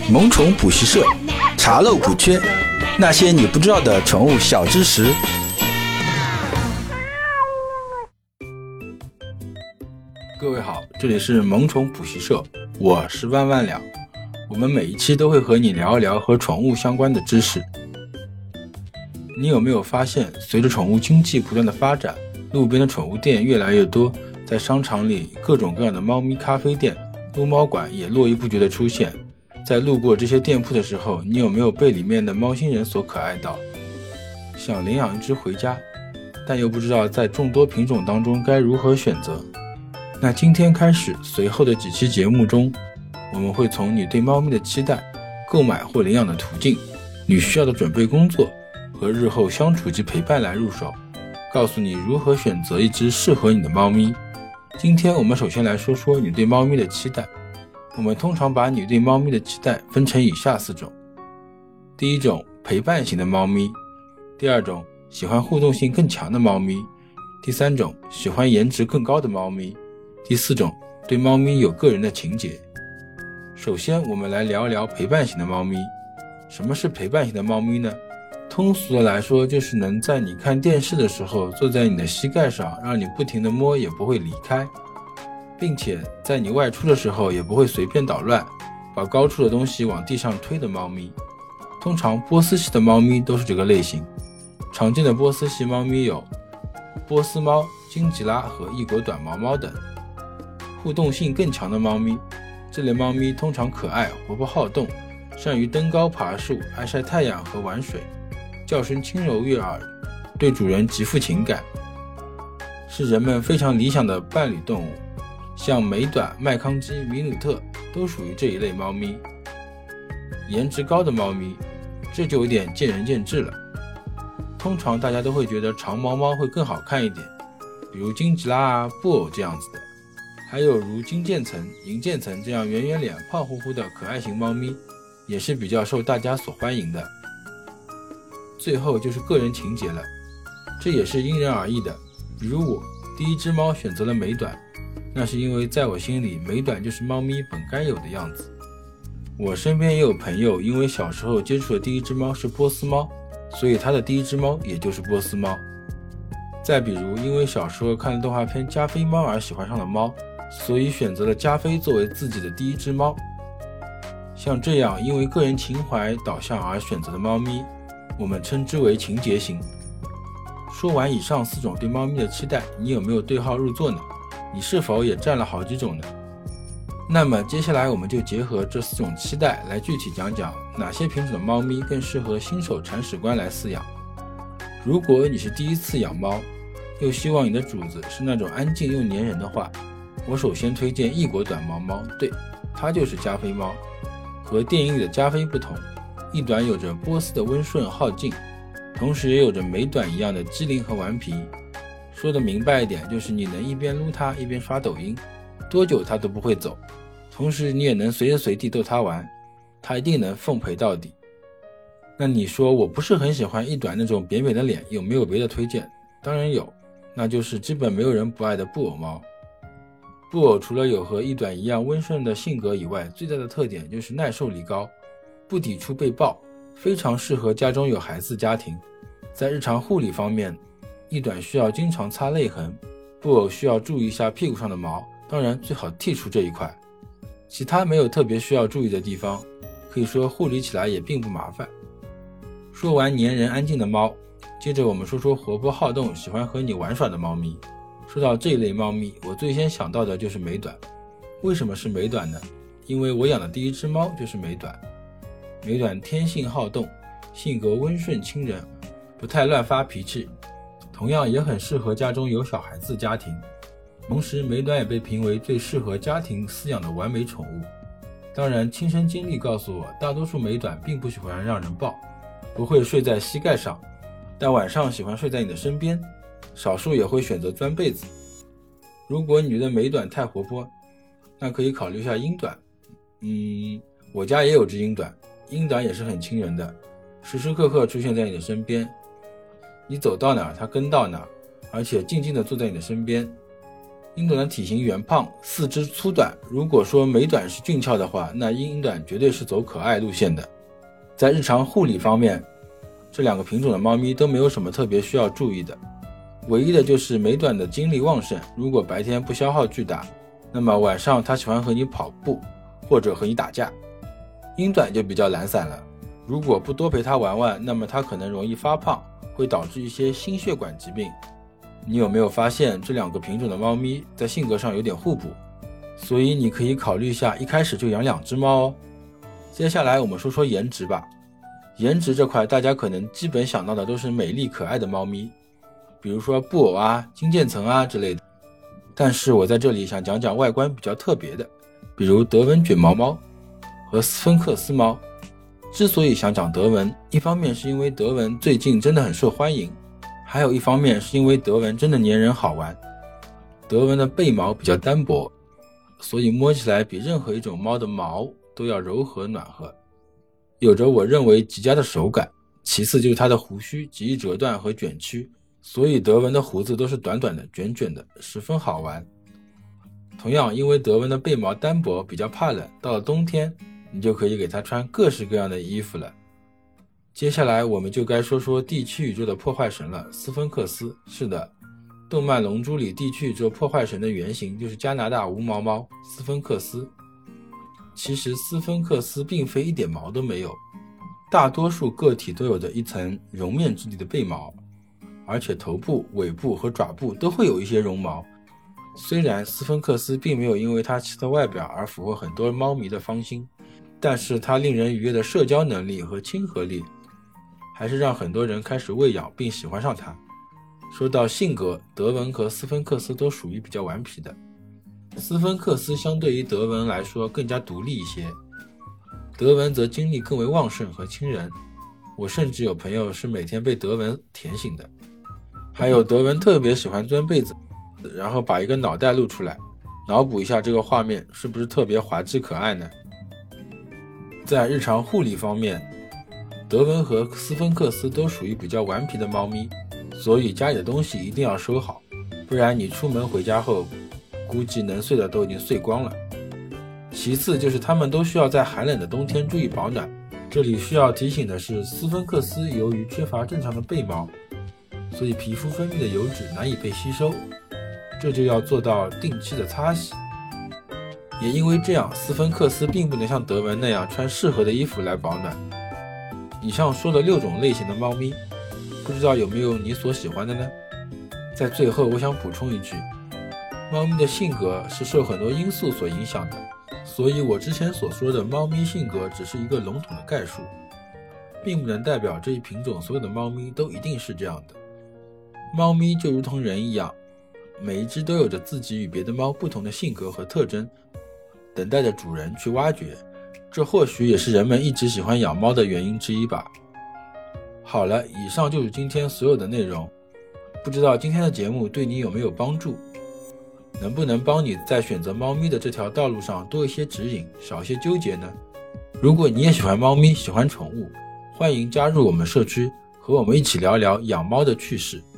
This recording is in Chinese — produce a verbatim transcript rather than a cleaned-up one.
萌宠补习社，查漏补缺，那些你不知道的宠物小知识。各位好，这里是萌宠补习社，我是万万了。我们每一期都会和你聊一聊和宠物相关的知识。你有没有发现，随着宠物经济不断的发展，路边的宠物店越来越多，在商场里各种各样的猫咪咖啡店、撸猫馆也络绎不绝的出现。在路过这些店铺的时候，你有没有被里面的猫星人所可爱到，想领养一只回家，但又不知道在众多品种当中该如何选择？那今天开始，随后的几期节目中，我们会从你对猫咪的期待、购买或领养的途径、你需要的准备工作和日后相处及陪伴来入手，告诉你如何选择一只适合你的猫咪。今天我们首先来说说你对猫咪的期待。我们通常把你对猫咪的期待分成以下四种。第一种，陪伴型的猫咪；第二种，喜欢互动性更强的猫咪；第三种，喜欢颜值更高的猫咪；第四种，对猫咪有个人的情结。首先我们来聊一聊陪伴型的猫咪。什么是陪伴型的猫咪呢？通俗的来说，就是能在你看电视的时候坐在你的膝盖上，让你不停地摸也不会离开，并且在你外出的时候也不会随便捣乱，把高处的东西往地上推的猫咪。通常波斯系的猫咪都是这个类型。常见的波斯系猫咪有波斯猫、金吉拉和异国短毛猫等。互动性更强的猫咪，这类猫咪通常可爱、活泼好动，善于登高爬树、爱晒太阳和玩水，叫声轻柔悦耳，对主人极富情感，是人们非常理想的伴侣动物。像美短、麦康基、米努特都属于这一类猫咪。颜值高的猫咪，这就有点见仁见智了。通常大家都会觉得长毛猫会更好看一点，比如金吉拉啊、布偶这样子的。还有如金渐层、银渐层这样圆圆脸、胖乎乎的可爱型猫咪，也是比较受大家所欢迎的。最后就是个人情结了，这也是因人而异的。比如我第一只猫选择了美短，那是因为在我心里，美短就是猫咪本该有的样子。我身边也有朋友因为小时候接触的第一只猫是波斯猫，所以他的第一只猫也就是波斯猫。再比如因为小时候看了动画片加菲猫而喜欢上了猫，所以选择了加菲作为自己的第一只猫。像这样因为个人情怀导向而选择的猫咪，我们称之为情结型。说完以上四种对猫咪的期待，你有没有对号入座呢？你是否也占了好几种呢？那么接下来我们就结合这四种期待来具体讲讲哪些品种的猫咪更适合新手铲屎官来饲养。如果你是第一次养猫，又希望你的主子是那种安静又粘人的话，我首先推荐异国短毛猫，对，它就是加菲猫。和电影里的加菲不同，异短有着波斯的温顺好静，同时也有着美短一样的机灵和顽皮。说的明白一点，就是你能一边撸它一边刷抖音，多久它都不会走，同时你也能随时随地逗它玩，它一定能奉陪到底。那你说我不是很喜欢异短那种扁扁的脸，有没有别的推荐？当然有，那就是基本没有人不爱的布偶猫。布偶除了有和异短一样温顺的性格以外，最大的特点就是耐受力高，不抵触被抱，非常适合家中有孩子家庭。在日常护理方面，异短需要经常擦泪痕，布偶需要注意一下屁股上的毛，当然最好剔除这一块。其他没有特别需要注意的地方，可以说护理起来也并不麻烦。说完粘人安静的猫，接着我们说说活泼好动、喜欢和你玩耍的猫咪。说到这一类猫咪，我最先想到的就是美短。为什么是美短呢？因为我养的第一只猫就是美短。美短天性好动，性格温顺亲人，不太乱发脾气，同样也很适合家中有小孩子的家庭。同时美短也被评为最适合家庭饲养的完美宠物。当然亲身经历告诉我，大多数美短并不喜欢让人抱，不会睡在膝盖上，但晚上喜欢睡在你的身边，少数也会选择钻被子。如果你觉得美短太活泼，那可以考虑一下英短。嗯，我家也有只英短，英短也是很亲人的，时时刻刻出现在你的身边，你走到哪儿它跟到哪儿，而且静静地坐在你的身边。 英短的体型圆胖，四肢粗短，如果说美短是俊俏的话，那英短绝对是走可爱路线的。在日常护理方面，这两个品种的猫咪都没有什么特别需要注意的，唯一的就是美短的精力旺盛，如果白天不消耗巨大，那么晚上它喜欢和你跑步或者和你打架。英短就比较懒散了，如果不多陪它玩玩，那么它可能容易发胖，会导致一些心血管疾病。你有没有发现这两个品种的猫咪在性格上有点互补？所以你可以考虑一下，一开始就养两只猫哦。接下来我们说说颜值吧。颜值这块大家可能基本想到的都是美丽可爱的猫咪，比如说布偶啊、金渐层啊之类的。但是我在这里想讲讲外观比较特别的，比如德文卷毛猫和斯芬克斯猫。之所以想讲德文，一方面是因为德文最近真的很受欢迎，还有一方面是因为德文真的粘人好玩。德文的背毛比较单薄，所以摸起来比任何一种猫的毛都要柔和暖和，有着我认为极佳的手感。其次就是它的胡须极易折断和卷曲，所以德文的胡子都是短短的卷卷的，十分好玩。同样因为德文的背毛单薄，比较怕冷，到了冬天你就可以给它穿各式各样的衣服了。接下来我们就该说说地区宇宙的破坏神了，斯芬克斯。是的，动漫龙珠里地区宇宙破坏神的原型就是加拿大无毛猫斯芬克斯。其实斯芬克斯并非一点毛都没有，大多数个体都有着一层绒面质地的背毛，而且头部、尾部和爪部都会有一些绒毛。虽然斯芬克斯并没有因为它奇特外表而俘获很多猫迷的芳心，但是它令人愉悦的社交能力和亲和力还是让很多人开始喂养并喜欢上它。说到性格，德文和斯芬克斯都属于比较顽皮的，斯芬克斯相对于德文来说更加独立一些，德文则精力更为旺盛和亲人，我甚至有朋友是每天被德文甜醒的。还有德文特别喜欢钻被子，然后把一个脑袋露出来，脑补一下这个画面是不是特别滑稽可爱呢？在日常护理方面，德文和斯芬克斯都属于比较顽皮的猫咪，所以家里的东西一定要收好，不然你出门回家后估计能碎的都已经碎光了。其次就是它们都需要在寒冷的冬天注意保暖，这里需要提醒的是，斯芬克斯由于缺乏正常的背毛，所以皮肤分泌的油脂难以被吸收，这就要做到定期的擦洗。也因为这样，斯芬克斯并不能像德文那样穿适合的衣服来保暖。以上说的六种类型的猫咪，不知道有没有你所喜欢的呢？在最后我想补充一句，猫咪的性格是受很多因素所影响的，所以我之前所说的猫咪性格只是一个笼统的概述，并不能代表这一品种所有的猫咪都一定是这样的。猫咪就如同人一样，每一只都有着自己与别的猫不同的性格和特征，等待着主人去挖掘，这或许也是人们一直喜欢养猫的原因之一吧。好了，以上就是今天所有的内容，不知道今天的节目对你有没有帮助，能不能帮你在选择猫咪的这条道路上多一些指引，少些纠结呢？如果你也喜欢猫咪，喜欢宠物，欢迎加入我们社区，和我们一起聊聊养猫的趣事。